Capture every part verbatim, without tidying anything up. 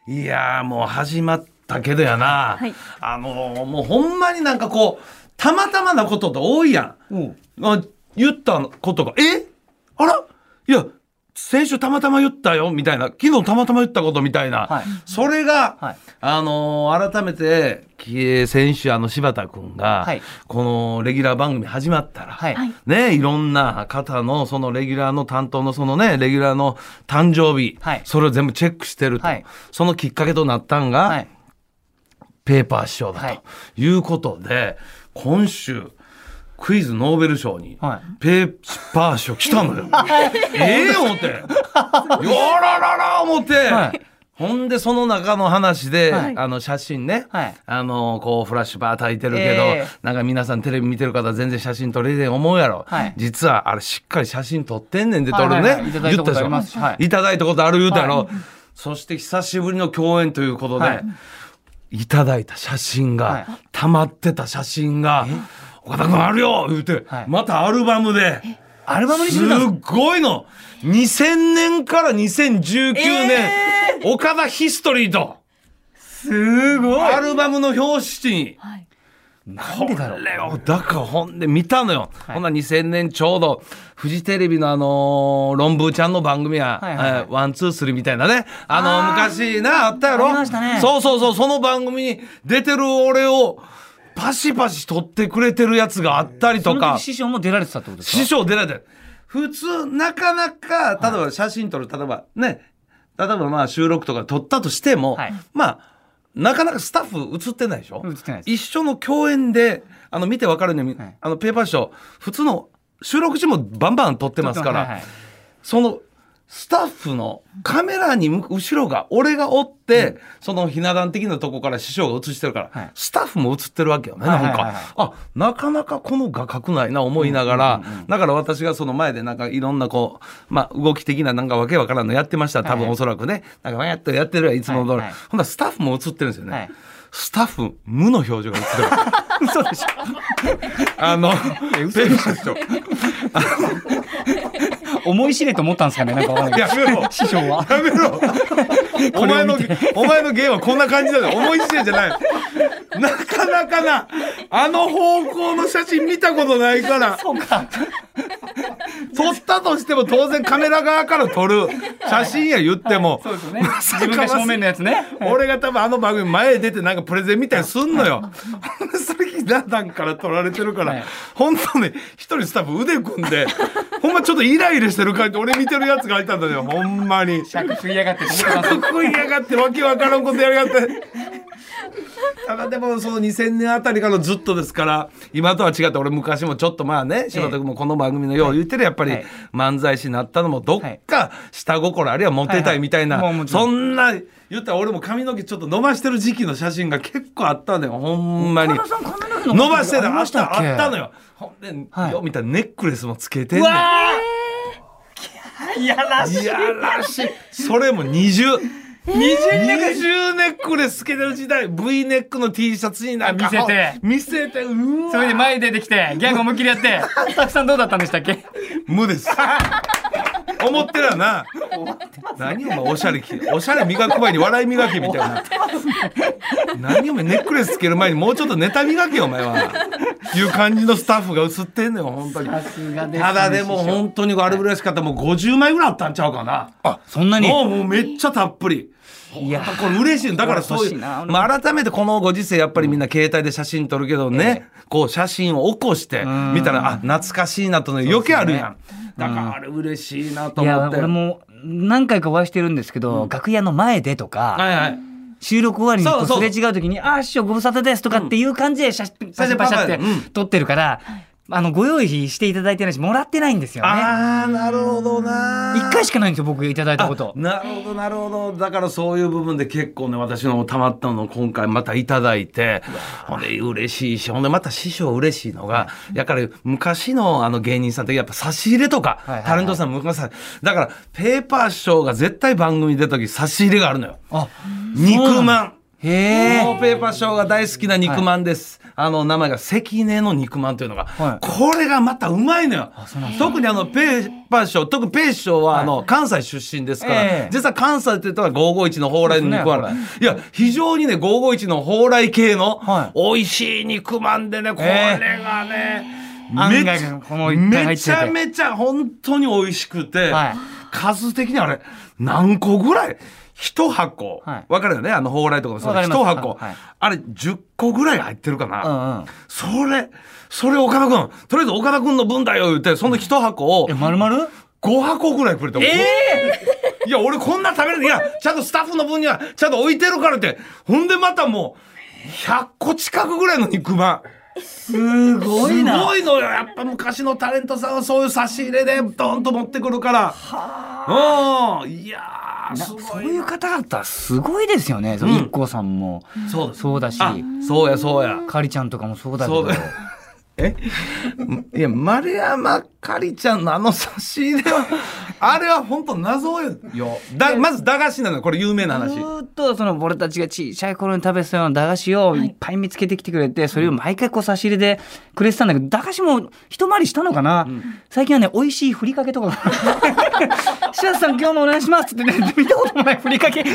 いやーもう始まったけどやな、はい、あのー、もうほんまになんかこうたまたまなことって多いやん、うん、言ったことがえあらいや先週たまたま言ったよみたいな、昨日たまたま言ったことみたいな、はい、それが、はい、あのー、改めて先週あの柴田君が、はい、このレギュラー番組始まったら、はい、ね、いろんな方のそのレギュラーの担当のそのねレギュラーの誕生日、はい、それを全部チェックしてると、はい、そのきっかけとなったんが、はい、ペーパー師匠だということで、はい、今週クイズノーベル賞にペーパー賞来たのよ。ええ思ってよららら思って、はい、ほんでその中の話で、はい、あの写真ね、はい、あのこうフラッシュバー焚いてるけど、えー、なんか皆さんテレビ見てる方全然写真撮れて思うやろ、はい、実はあれしっかり写真撮ってんねんで撮るね、はいはいはい、言ったでしょ、はい、いただいたことある言うたやろ、はい、そして久しぶりの共演ということで、はい、いただいた写真が、はい、溜まってた写真が岡田君あるよ言うて、はい、またアルバムでアルバムにしてたんですすごいのにせんねんからにせんじゅうきゅうねん、えー、岡田ヒストリーとすごいアルバムの表紙に、はい、 なんでだろうこれをだからほんで見たのよ、はい、ほんなにせんねんちょうどフジテレビのあのー、論文ちゃんの番組や、はいはいはい、えー、ワンツースリーみたいなね、あのー、昔なあったやろ、 ありましたね、 そうそうそう、その番組に出てる俺をパシパシ撮ってくれてるやつがあったりとか、 その時師匠も出られてたってことですか？ 師匠出られてる。普通なかなか例えば写真撮る、例えばね、例えばまあ収録とか撮ったとしても、はい、まあなかなかスタッフ映ってないでしょ。 映ってないです。 一緒の共演であの見て分かるように、はい、あのペーパー師匠普通の収録中もバンバン撮ってますから、はいはい、そのスタッフのカメラに後ろが俺がおって、うん、そのひな壇的なとこから師匠が映してるから、はい、スタッフも映ってるわけよね、なんか、はいはいはい、あなかなかこの画角ないな思いながら、うんうんうん、だから私がその前でなんかいろんなこう、まあ、動き的ななんかわけわからんのやってました、多分おそらくね、はいはい、なんかわやっとやってるわいつも通り、はいはい、ほんならスタッフも映ってるんですよね、はい、スタッフ無の表情が映ってる嘘でしょあの嘘でしょ思い知れと思ったんですかね、なんかわかんない。 やめろ師匠はやめろお前のお前の芸はこんな感じだよ、思い知れじゃないなかなかなあの方向の写真見たことないからそうか撮ったとしても当然カメラ側から撮る写真や言っても、 はいはい、そうですよね、自分が正面のやつね俺が多分あの番組前出てなんかプレゼンみたいにすんのよそれひな壇から撮られてるから、はい、本当に一人スタッフ腕組んでほんまちょっとイライラしてる感じ俺見てるやつがいたんだよ、ほんまに尺食いやがって尺食いやがってわけわからんことやりやがってただでもそのにせんねんあたりからずっとですから今とは違って俺昔もちょっとまあね柴田君もこの番組のよう言ってるやっぱり漫才師になったのもどっか下心あるいはモテたいみたいな、はいはい、そんな言ったら俺も髪の毛ちょっと伸ばしてる時期の写真が結構あったのよ、ほんまに伸ばしてたあったあったのよ、ほんで、はい、よみたいなネックレスもつけてんねん、 いやらしいいやらしいそれもにじゅうにじゅうネックレスつけてる時代 V ネックの T シャツになんか見せて見せてうわそれで前出てきてギャグ思いっきりやってスタッフさんどうだったんでしたっけ？ 無です思ってるよな何お前おしゃれおしゃれ磨く前に笑い磨きみたいな何お前ネックレスつける前にもうちょっとネタ磨けよお前はいう感じのスタッフが映ってんのよ本当に。 さすがですね。 ただでも本当にあれぐらいしかったらもうごじゅうまいぐらいあったんちゃうかな。 あそんなにもう、もうめっちゃたっぷり。いやこれ嬉しいだからそういう、まあ、改めてこのご時世やっぱりみんな携帯で写真撮るけどね、えー、こう写真を起こして見たらあ懐かしいなとの余計あるやん、だからあれ嬉しいなと思って、 いや俺も何回かお会いしてるんですけど、うん、楽屋の前でとか、はいはい、収録終わりにこうすれ違う時にあー師匠ご無沙汰ですとかっていう感じで写真パシャパシャって撮ってるから、あのご用意していただいてないしもらってないんですよね。 あーなるほどな、 いっかいしかないんですよ僕いただいたこと。 なるほどなるほど、だからそういう部分で結構ね私のたまったのを今回またいただいて、ほんで嬉しいし、ほんでまた師匠嬉しいのが、やっぱり昔のあの芸人さんってやっぱ差し入れとか、はいはいはい、タレントさん昔だからペーパー師匠が絶対番組に出た時差し入れがあるのよ。あ肉まん、へー、もうペーパー師匠が大好きな肉まんです、はい、 あの名前が関根の肉まんというのが、はい、これがまたうまいのよ。特にあのペーパー師匠、特にペー師匠はあの、はい、関西出身ですから、えー、実は関西って言ったらごーごーいちの蓬莱の肉まん、ね、いや非常にねごーごーいちの蓬莱系の、はい、美味しい肉まんでね、これがね、えー、め, ちめちゃめちゃ本当に美味しくて、はい、数的にあれ何個ぐらい一箱、はい、分かるよね、あの蓬莱とかもそう一箱、はい、あれじゅっこぐらい入ってるかな、うんうん、それそれ岡田君とりあえず岡田君の分だよ言ってその一箱をえ丸々 ご箱ぐらいくれて、 えー、いや俺こんな食べれる、いやちゃんとスタッフの分にはちゃんと置いてるからって、ほんでまたもうひゃっこ近くぐらいの肉まん、 すごいな、 すごいのよ。やっぱ昔のタレントさんはそういう差し入れでドンと持ってくるから、はあ、いやーすごい、 そういう方だったらすごいですよね。その イッコー さんも、うん、そうそうだし、 そうやそうや、 かりちゃんとかもそうだけど、 えいや丸山かりちゃんのあの差し入れはあれは本当謎よ。だまず駄菓子なの、これ有名な話。 ずっとその俺たちが小さい頃に食べてたような駄菓子をいっぱい見つけてきてくれて、はい、それを毎回こう差し入れでくれてたんだけど、駄菓子も一回りしたのかな、うん、最近はね美味しいふりかけとか柴田さん今日もお願いしますってね、見たこともないふりかけ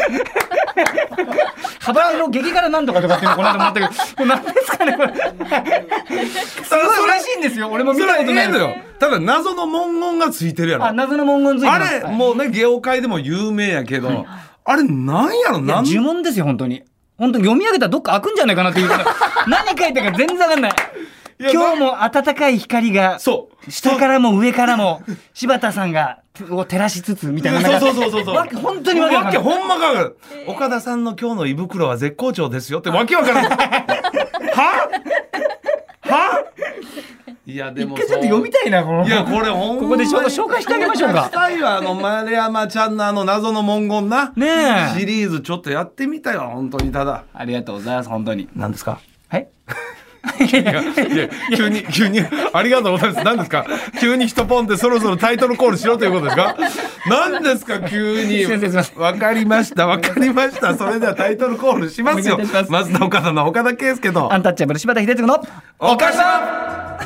幅の激辛なんとかとかっていうのこの間もあったけど、これ何ですかねこれすごい嬉しいんですよ。俺も見たことないのよ。ただ謎の文言がついてるやろ。 あ、謎の文言ついてる。 あれ、はい、もうね業界でも有名やけど、はい、あれなんやろ、なん呪文ですよ本当に。本当に読み上げたらどっか開くんじゃないかなっていう何書いてるか全然わかんない。今日も暖かい光が下からも上からも柴田さんがを照らしつつみたいな、 そうそうそうそう、 本当にわけわかんない。 ほんまかる。岡田さんの今日の胃袋は絶好調ですよってわけわからないははいやでも一回ちょっと読みたいな、このいやこれほんまここでちょっと紹介してあげましょうか。 したいわ、あの丸山ちゃんのあの謎の文言な、 ねシリーズちょっとやってみたよ本当に。ただありがとうございます。本当に。 何ですか。 はいいやいや急に急にありがとうございます。何ですか急に一ポンでそろそろタイトルコールしろということですか。何ですか急に。わかりましたわかりました。それではタイトルコールしますよ。松田岡田の岡田圭佑とアンタッチャブル柴田秀嗣の岡田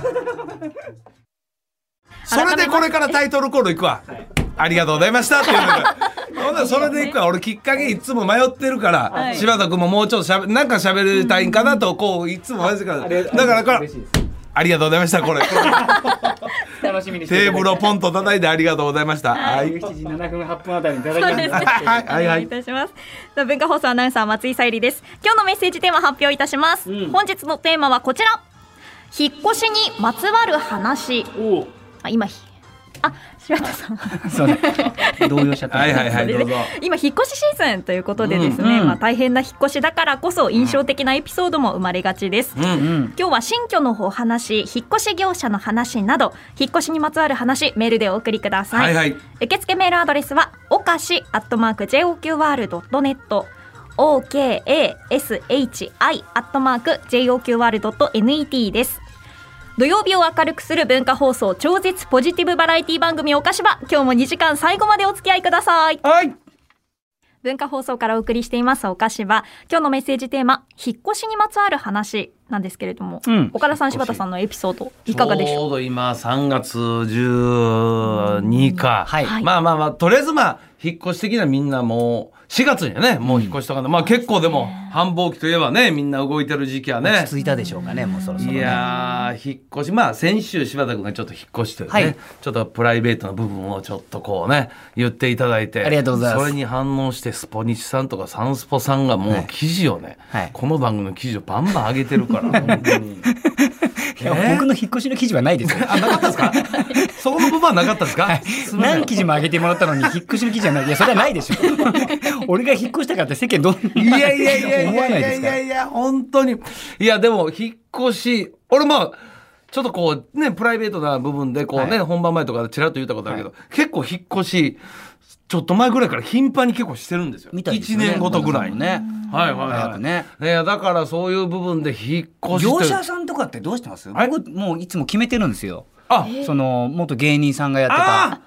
それでこれからタイトルコールいくわ、はい、ありがとうございましたっていうのがほんならそれでいくわ。俺きっかけいつも迷ってるから、はい、柴田君ももうちょっとしゃべなんか喋りたいんかなとこういつも迷ってるから、だからからありがとうございました。これ楽しみにしてテーブルをポンと叩いてありがとうございました。 はい、しちじななふんはっぷんあたりにいただきます。 はいはいはい、お願いいたします。文化放送アナウンサー松井さゆりです。今日のメッセージテーマ発表いたします、うん、本日のテーマはこちら、引っ越しにまつわる話。おあ今あ柴田さんそうね動揺しちゃった。 はいはいはいどうぞ。 今引っ越しシーズンということでですね、うんうん、まあ、大変な引っ越しだからこそ印象的なエピソードも生まれがちです、うんうん、今日は新居のお話、引っ越し業者の話など引っ越しにまつわる話メールでお送りください、はいはい、受付メールアドレスはおかしアットマーク ジェイオーキューアールドットネット オーケーエーエスエイチアイ アットマーク ジェイオーキューアールドットネット です。土曜日を明るくする文化放送超絶ポジティブバラエティ番組おかしば、今日もにじかん最後までお付き合いください。 はい、 文化放送からお送りしていますおかしば、今日のメッセージテーマ引っ越しにまつわる話なんですけれども、うん、岡田さん柴田さんのエピソードいかがでしょう。 ちょうど今さんがつじゅうににちか、はい、まあまあまあとりあえずまあ引っ越し的なみんなもうしがつにはねもう引っ越しとか、うん、まあ結構でも繁忙期といえばねみんな動いてる時期はね落ち着いたでしょうかねもうそろそろ、ね、 いやー引っ越しまあ先週柴田君がちょっと引っ越しというね、はい、ちょっとプライベートな部分をちょっとこうね言っていただいてありがとうございます。 それに反応してスポニチさんとかサンスポさんがもう記事をね、はいはい、この番組の記事をバンバン上げてるから本当にいや、えー、僕の引っ越しの記事はないですよ。 あ、なかったですかそこの部分はなかったですか、はい、 何記事も上げてもらったのに引っ越しの記事はない。いやそれはないでしょ俺が引っ越したからって世間どんいやいやいやいやいやいやいや本当にいやでも引っ越し俺まあちょっとこうねプライベートな部分でこうね、はい、本番前とかでちらっと言ったことあるけど、はい、結構引っ越しちょっと前ぐらいから頻繁に結構してるんですよ。 みたいですよね、いちねんごとぐらいね。 はいはいはい。ね、ね、だからそういう部分で引っ越し業者さんとかってどうしてます？僕もういつも決めてるんですよ。あ、その元芸人さんがやってた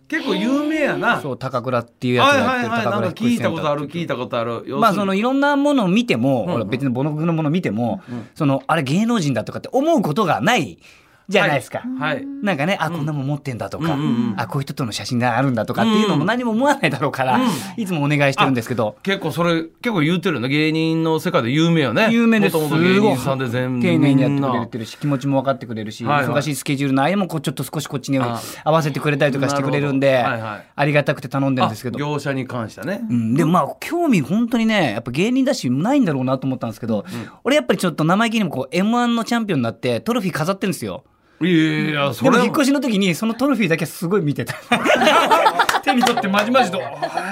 結構有名やな。 そう高倉っていうやつがやってる、 はいはいはい、なんか聞いたことある聞いたことある。 まあそのいろんなものを見ても、うんうん、別にボノクのものを見ても、うん、そのあれ芸能人だとかって思うことがないじゃないですか、はい、なんかね、あ、こんなもん持ってんだとか、うんうんうん、あ、こういう人との写真があるんだとかっていうのも何も思わないだろうから、うん、いつもお願いしてるんですけど、 結構それ結構言ってるよね。芸人の世界で有名よね。 有名です。 もともと芸人さんで全部丁寧にやってくれてるし、気持ちも分かってくれるし、はいはい、忙しいスケジュールの間もこうちょっと少しこっちに合わせてくれたりとかしてくれるんで、はいはい、ありがたくて頼んでるんですけど、 業者に関してはね、 うん、でもまあ興味本当にね、やっぱ芸人だしないんだろうなと思ったんですけど、うん、俺やっぱりちょっと生意気にもこう エムワン のチャンピオンになってトロフィー飾ってるんですよ。 いやいや、それでも引っ越しの時にそのトロフィーだけすごい見てた手に取ってまじまじと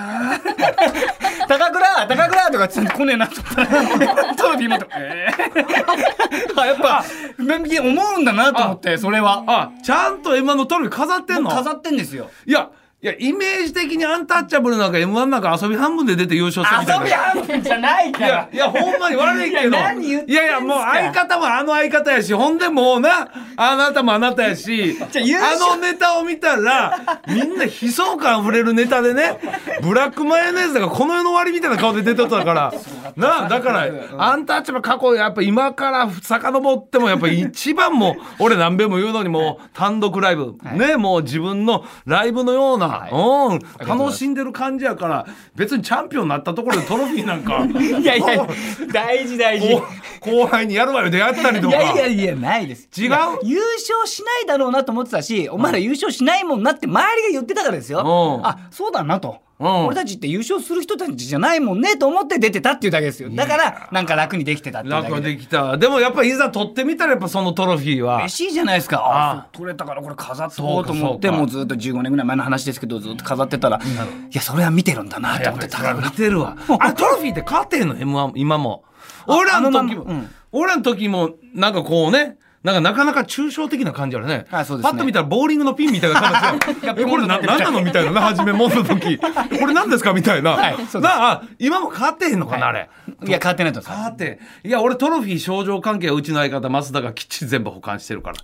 高倉高倉とかつ来ねえなと思ったらトロフィー持ってえー、あやっぱ思うんだなと思って、それはあちゃんと エムワン のトロフィー飾ってんの。 飾ってんですよ。 いやいやイメージ的にアンタッチャブルなんか エムワン なんか遊び半分で出て優勝したみたいな。 遊び半分じゃないから。いやいやほんまに悪いけど。いやいやいやもう相方もあの相方やし、ほんでもうなあなたもあなたやし、あのネタを見たらみんな悲壮感あふれるネタでね、ブラックマヨネーズがこの世の終わりみたいな顔で出てたからな。だからアンタッチャブル過去やっぱ今から遡ってもやっぱ一番もう俺何べんも言うのにもう単独ライブね、もう自分のライブのような、はい、うん楽しんでる感じやから、別にチャンピオンになったところでトロフィーなんかいやいや大事大事後輩にやるわよでやったりとか。 いやいやいやないです。 違う、 優勝しないだろうなと思ってたし、お前ら優勝しないもんなって周りが言ってたからですよ、うん、あそうだなと、うん、俺たちって優勝する人たちじゃないもんねと思って出てたっていうだけですよ。だからなんか楽にできてたっていうだけで。 楽できた。でもやっぱいざ取ってみたらやっぱそのトロフィーは嬉しいじゃないですか。ああ取れたからこれ飾っとこうと思って、もうずっとじゅうごねんぐらい前の話ですけどずっと飾ってたら、うん、いやそれは見てるんだなと思って。 高倉見てるわあトロフィーって勝てんの エムワン 今も。俺らの時も、うん、俺らの時もなんかこうね、なんかなかなか抽象的な感じあるね。 あそうですね。 パッと見たらボーリングのピンみたいな形でえこれな何なのみたいなな、初め持った時これ何ですかみたいな、はい、なあ今も変わってへんのかな、はい、あれ。 いや変わってないと変わっていや俺トロフィー賞状関係はうちの相方増田がきっちり全部保管してるから、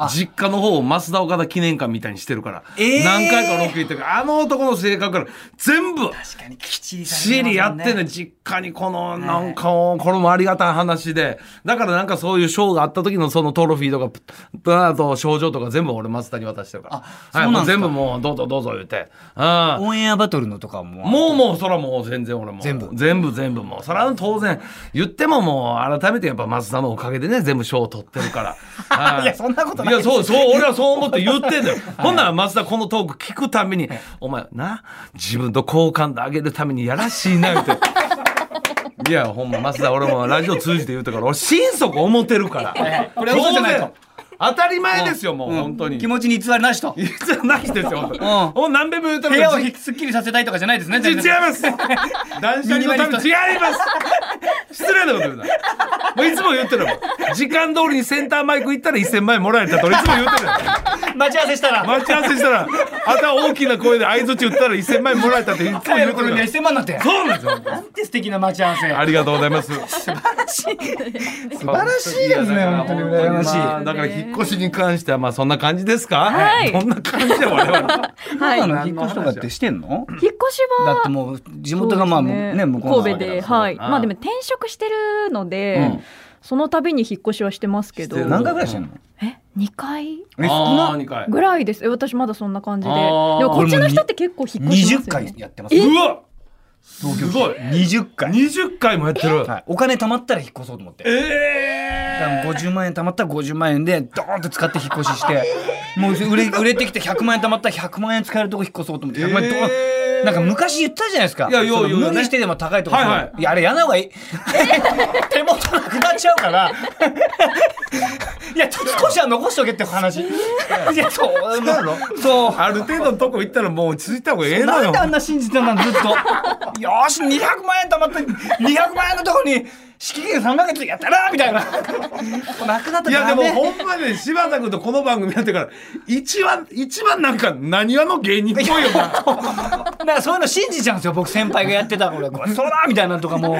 実家の方を増田岡田記念館みたいにしてるから、えー、何回かロケ行ってるから、あの男の性格から全部きっちりやってんね、実家にこのなんかこれもありがたい話で、だからなんかそういう賞があった時のそのトロフィーとかあと賞状とか全部俺増田に渡してるから、あ、はい、もう全部もうどうぞどうぞ言うて、 あオンエアバトルのとかももうもうそらもう全然俺も全部全部全部もうそら当然言ってももう改めてやっぱ増田のおかげでね全部賞を取ってるからいやそんなことない。 いやそうそう俺はそう思って言ってんだよほんなら増田このトーク聞くたびにお前な自分と好感度上げるためにやらしいな言うていやほんま増田俺もラジオ通じて言うたから俺心底思ってるからこれ嘘じゃないと当たり前ですよ、もう、うん、本当に気持ちに偽りなしと偽りなしですよ本当に、うん、何べんも言うたら部屋をすっきりさせたいとかじゃないですね。 違います断捨離のために違います失礼なこと言うなもういつも言ってるもん時間通りにセンターマイク行ったらいっせんまん円もらえたといつも言ってる待ち合わせしたら待ち合わせしたらあとは大きな声で相槌打ったらいっせんまん円もらえたっていつも言ってるいっせんまんなんてそうなんですよなんて素敵な待ち合わせありがとうございます素晴らしい素晴らしいですね本当に羨ましい、 まあ、だから引っ越しに関してはまあそんな感じですか、 はい、 そんな感じで我々 はい、引っ越しとかってしてんの？ 引っ越しはだってもう地元がまあね、ね向こう神戸で、はい、まあでも転職してるので、うん、その度に引っ越しはしてますけど。 何回ぐらいしてんの？ えにかいあにかいぐらいです。私まだそんな感じで。でもこっちの人って結構引っ越しますよね。 にじゅっかいやってます。 うわすごいにじゅっかいにじゅっかいもやってる、 はい、お金貯まったら引っ越そうと思って、 えー、だからごじゅうまんえん貯まったらごじゅうまんえんでドーンと使って引っ越ししてもう売れ、売れてきてひゃくまんえん貯まったらひゃくまんえん使えるとこ引っ越そうと思ってひゃくまんえんドーン、えー、なんか昔言ったじゃないですか。 いやようよう、ね、 無理してでも高いところ、 はいはい、 いやあれやな方がいい手元なくなっちゃうからいや少しは残しとけって話いやそうなのそうある程度のとこ行ったらもう落ち着いた方がええのよ。 なんであんな信じてたのずっとよーしにひゃくまんえん貯まったにひゃくまんえんのとこに敷金さんかげつやったなみたいななくなったいやでもほんまね柴田君とこの番組やってから一番一番なんか何話の芸人っぽいよななんかそういうの信じちゃうんですよ僕先輩がやってたこれそうだみたいなのとかも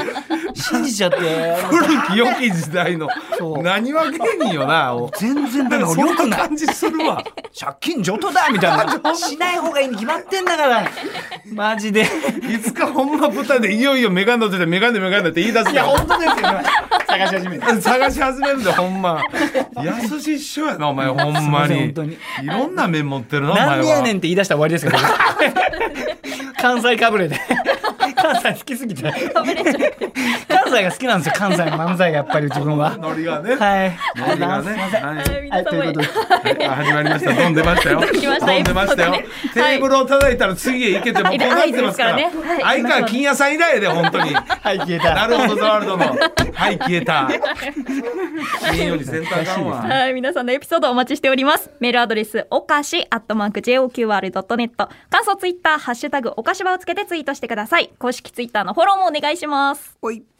信じちゃって古き良き時代の何は芸人よな。 全然だからよくない感じするわ。 借金上等だみたいなしない方がいいに決まってんだからマジでいつかほんま舞台でいよいよメガネ乗っててメガネメガネって言い出す。 いや本当ですよ探し始めて探し始めるんでほんまやすし一緒やなお前ほんまに。いろんな面持ってるなお前は。 何やねんって言い出したら終わりですけど関西かぶれで関西好きすぎて関西が好きなんですよ。関西の漫才がやっぱり自分はノリがね。 はいノリがね。 はいということで始まりました。ドン出ましたよ。ドン出ましたよ。テーブルを叩いたら次へ行けてもこうなってますから。相川金谷さん以来で本当に。 はい消えた。 なるほどザワールドのはい消えた。金曜日センターカンは。 はい、皆さんのエピソードお待ちしております。メールアドレスおかしアットマーク ジェイオーキューアールドットネット、感想ツイッターハッシュタグおかしばをつけてツイートしてください。公式ツイッターのフォローもお願いします。 おい。